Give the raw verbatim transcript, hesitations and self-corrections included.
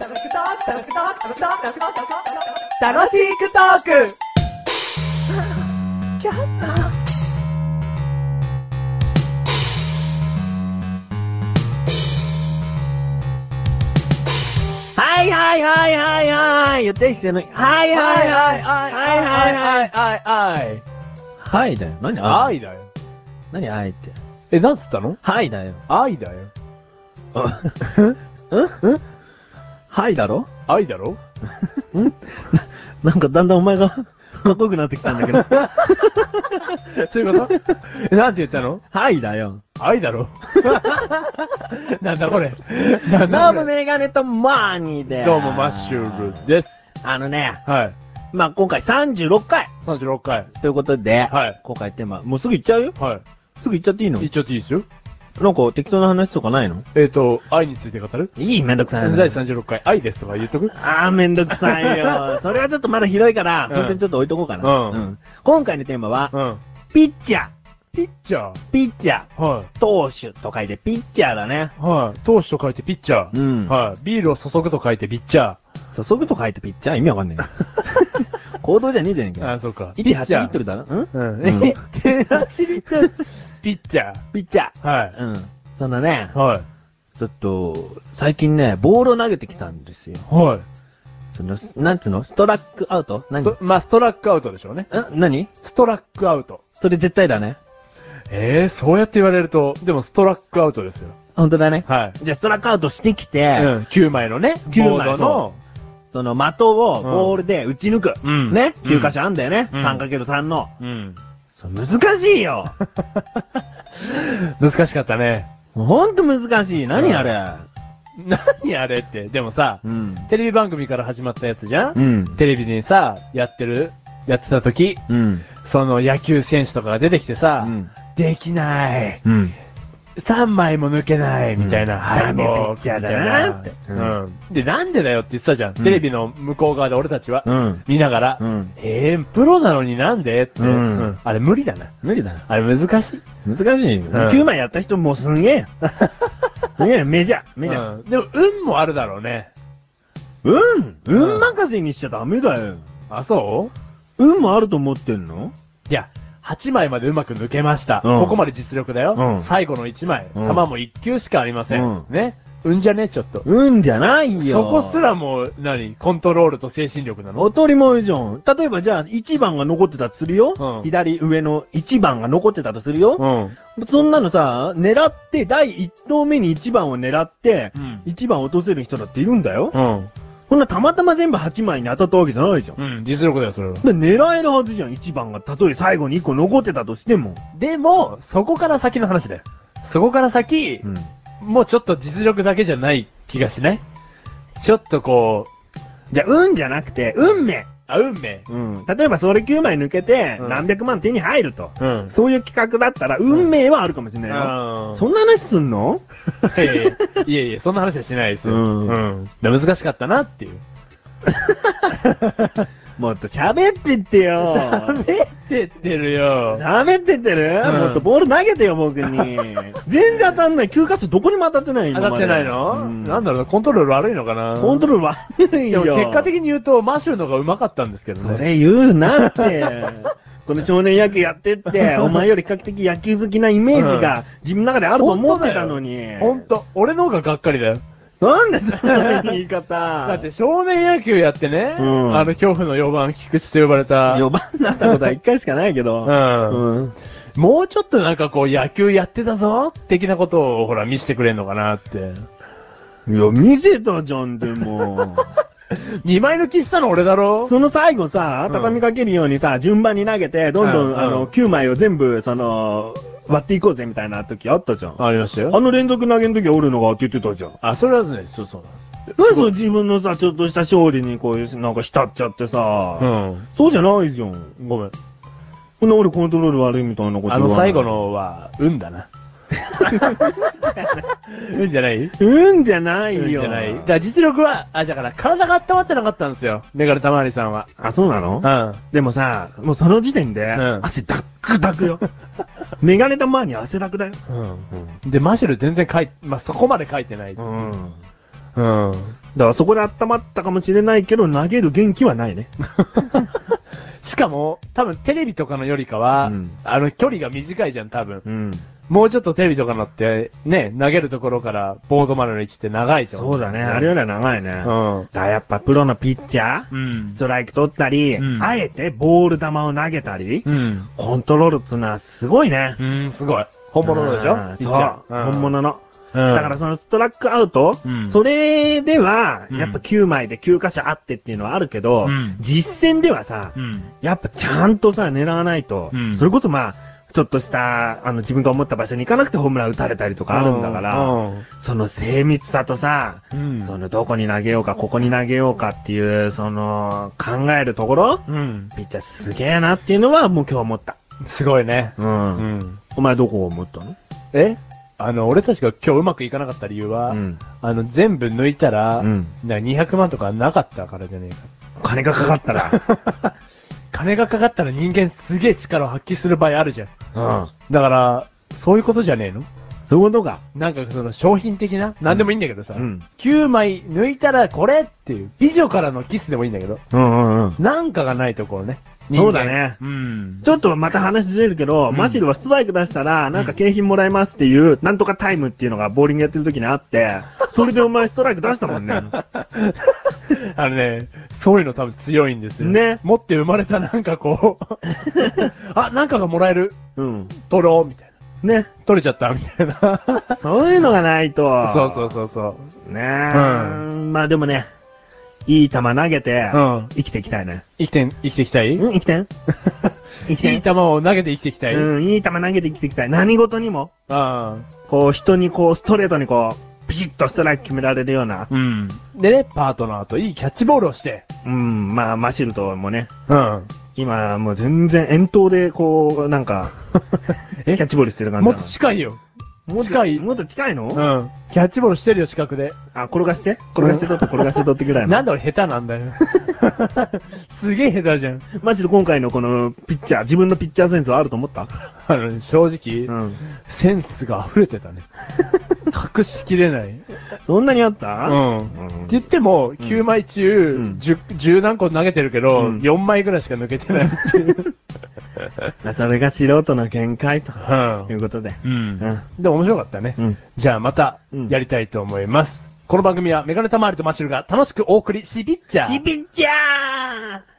楽しくトークはいはいはいはいはい言って一斉のはいはいはいはいはいはいはいはいはいだよ。何は愛いだよ。 何愛って。 え、なんつったの？ はいだよ。 愛だよ。 うんうんはいだろ愛だろ？ んなんかだんだんお前がかっこよくなってきたんだけど。 そういうこと？え、なんて言ったの？ はいだよ。 愛だろ？なんだこれ。なんどうもだこれ。 メガネとマーニーでーす。 どうもマッシュルです。 あのね、 はい。 まあ、今回さんじゅうろっかいさんじゅうろっかい。 ということで、 はい。 今回テーマ、もうすぐ行っちゃうよ。 はすぐ行っちゃっていいのい。言っちゃっていいですよ。 なんか適当な話とかないの？ えっと、愛について語る？ いい、めんどくさいな。 だいさんじゅうろっかい、愛ですとか言っとく？ あー、めんどくさいよ。それはちょっとまだひどいから、 うん本当にちょっと置いとこうかな。 うん今回のテーマは、 うん。 ピッチャー。 ピッチャー。 ピッチャー。 は投手と書いてピッチャーだね。 い。はい。投手と書いてピッチャー。 うんはい。ビールを注ぐと書いてピッチャ注ぐと書いてピッチャー意味わかんない。行動じゃねえじゃねえー。 か。 あ、そうか。 一手走りってるだろんう。 うんえ、手走りってる。ピッチャー。 ピッチャー。 はい。 うん。そのね、 はい。 ちょっと、最近ね、ボールを投げてきたんですよ。 はい。 その、なんつうのストラックアウト何ストまあ、ストラックアウトでしょうね。 ん何ストラックアウト。 それ絶対だね。 えー、そうやって言われると、でもストラックアウトですよ。 本当だね。 はい。 じゃあ、ストラックアウトしてきて、 うん。きゅうまいのね、 きゅうまいボードの、 その的をボールで打ち抜く。 うんね、 うんきゅう箇所あんだよね。 うんさんかけるさん の。 うん。 そう難しいよ。 難しかったね。 ほんと難しい。何あれ。 何あれって。でもさ、 うん。 テレビ番組から始まったやつじゃん、 うん。 テレビでさ、やってる、やってた時、 うん。 その野球選手とかが出てきてさ、 うんできない。 うん。 さんまいも抜けない、みたいな。 うんはい、 ダメもうピッチャーだなってみたいなうん。で、なんでだよって言ってたじゃん。 んテレビの向こう側で俺たちは。 うん。 見ながら。 うん。 えー、プロなのになんでって、 うんあれ無理だな。 無理だ。 あれ難しい。 難しいよ。 んきゅうまいやった人もうすんげえよ。すげえよ、メジャー。メジャー。 うん。でも、運もあるだろうね。 うんうん運任せにしちゃダメだよ。 あ、そ運もあると思ってんのういや、はちまいまでうまく抜けました。 うんここまで実力だよ。 うん最後のいちまい。 うん球もいっ球しかありません。 うんね。運じゃねちょっと。 運じゃないよ。 そこすらもう、何コントロールと精神力なの？ 当たり前じゃん。例えばじゃあいちばんが残ってたとするよ。 うん左上のいちばんが残ってたとするよ。 うん。 そんなのさ、狙って、だいいち投目にいちばんを狙って、 うんいちばん落とせる人だっているんだよ。 うん。 そんなたまたま全部はちまいに当たったわけじゃないじゃん。 うん、実力だよ、それは。 で狙えるはずじゃん、いちばんが。たとえ最後にいっこ残ってたとしても。 でも、そこから先の話だよ。そこから先、 うん。 もうちょっと実力だけじゃない気がしない？ちょっとこう、 じゃあ、運じゃなくて、運命。 あ、運命。 うん。例えばそれきゅうまい抜けて、 うん何百万手に入ると。 うん。 そういう企画だったら、運命はあるかもしれないよ。 うん。 そんな話すんのいやいやいやいや、そんな話はしないですよ。 うんうん。で難しかったなっていう。 もっと喋ってってよ。 喋ってってるよ。 喋ってってる、 うんもっとボール投げてよ、僕に。全然当たんない。きゅう箇所どこにも当たってない当たってないの、 うんなんだろうな、コントロール悪いのかなコントロール悪いでよ。 も結果的に言うと、マッシュルの方が上手かったんですけどね。 それ言うなって。この少年野球やってって、お前より比較的野球好きなイメージが自分の中であると思ってたのに。 ほんと、俺の方ががっかりだよ。 なんでそんな言い方だって少年野球やってね、 うんあの恐怖のよんばん菊池と呼ばれた。 よんばんになったことはいっかいしかないけど。 うんうん。 もうちょっとなんかこう野球やってたぞ的なことをほら見せてくれんのかなって。 いや、見せたじゃん、でも。 にまい抜きしたの俺だろその最後さ、畳みかけるようにさ、順番に投げて、どんどん、 うんあの、 うんきゅうまいを全部、その、割っていこうぜみたいな時あったじゃん。 ありましたよ。 あの連続投げの時は俺のがって言ってたじゃん。 あ、それはね、そうそうなんです。 なんでその自分のさ、ちょっとした勝利にこういう、なんか浸っちゃってさ、 うん。 そうじゃないじゃん。 ごめん。 こんな俺コントロール悪いみたいなことあ言わないの最後。のは、運だな。運じゃないうんじゃないよ。 運じゃない。だから実力は、あ、だから体が温まってなかったんですよ。メガネたまわりさんは。 あ、そうなのうん。 でもさ、もうその時点で、 うん汗ダックダクよ。メガネた前に汗ダクだよ。 うん。で、マシュル全然書い、まあ、そこまで書いてない。 うん。 うん。 だからそこで温まったかもしれないけど、投げる元気はないね。 しかも、多分テレビとかのよりかは、 うん、 あの、距離が短いじゃん、多分。 うん。 もうちょっとテレビとかのって、ね、投げるところからボードまでの位置って長いと思う。 そうだね。あれよりは長いね。うん。だからやっぱプロのピッチャー、うん、ストライク取ったり、うん、あえてボール球を投げたり、うん、コントロールっていうのはすごいね。 うん、すごい。本物のでしょ、 そう、うん、本物の。うん、だからそのストラックアウト、うん、それでは、やっぱきゅうまいできゅう箇所あってっていうのはあるけど、うん、実戦ではさ、うん、やっぱちゃんとさ、狙わないと、うん、それこそまあ、ちょっとした、あの、自分が思った場所に行かなくてホームラン打たれたりとかあるんだから、うん、その精密さとさ、うん、そのどこに投げようか、ここに投げようかっていう、その、考えるところ、うん、ピッチャーすげえなっていうのはもう今日思った。 すごいね。 うん。うん、お前どこを思ったの？ えあの、俺たちが今日うまくいかなかった理由は、うん、あの、全部抜いたら、うん、にひゃくまんとかなかったからじゃねえか。 金がかかったら。 金がかかったら人間すげえ力を発揮する場合あるじゃん。うん。だから、そういうことじゃねえの？ そういうことか。 なんかその商品的ななんでもいいんだけどさ、うん、きゅうまい抜いたらこれっていう、美女からのキスでもいいんだけど、うんうんうん。なんかがないところね。 そうだね。うん。ちょっとまた話ずれるけど、うん、マシルはストライク出したら、なんか景品もらえますっていう、うん、なんとかタイムっていうのがボーリングやってる時にあって、それでお前ストライク出したもんね。 あのね、そういうの多分強いんですよ。ね。持って生まれたなんかこう、あ、なんかがもらえる。うん。取ろう、みたいな。ね。取れちゃった、みたいな。 そういうのがないと。 そうそうそうそう。 ねえ。うん。まあでもね、いい球投げて、うん、生きていきたいね。 生きてん、生きていきたい？ うん、生きてん生きてんいい球を投げて生きていきたい？ うん、いい球投げて生きていきたい。何事にも。うん。こう、人にこう、ストレートにこう、ピシッとストライク決められるような。 うん。でね、パートナーといいキャッチボールをして。 うん、まあ、マシルトもね。うん。今、もう全然遠投でこう、なんか、キャッチボールしてる感じ。 もっと近いよ。 もっと近いもっと近いの？ うん。キャッチボールしてるよ、四角で。 あ、転がして転がして取って転がして取ってぐらいの。 なんで俺下手なんだよ。すげえ下手じゃん。 マジで今回のこのピッチャー、自分のピッチャーセンスはあると思った？ あの、ね、正直、うん、センスが溢れてたね。隠しきれない。 そんなにあった？ うん。うん、って言っても、きゅうまい中、うん、じゅう、じゅう何個投げてるけど、うん、よんまいぐらいしか抜けてないっていう。 それが素人の限界ということで。うん。うん、 でも面白かったね。うん、じゃあまた、やりたいと思います。この番組はメガネたまわりとマッシュルが楽しくお送りしびっちゃー。 しびっちゃー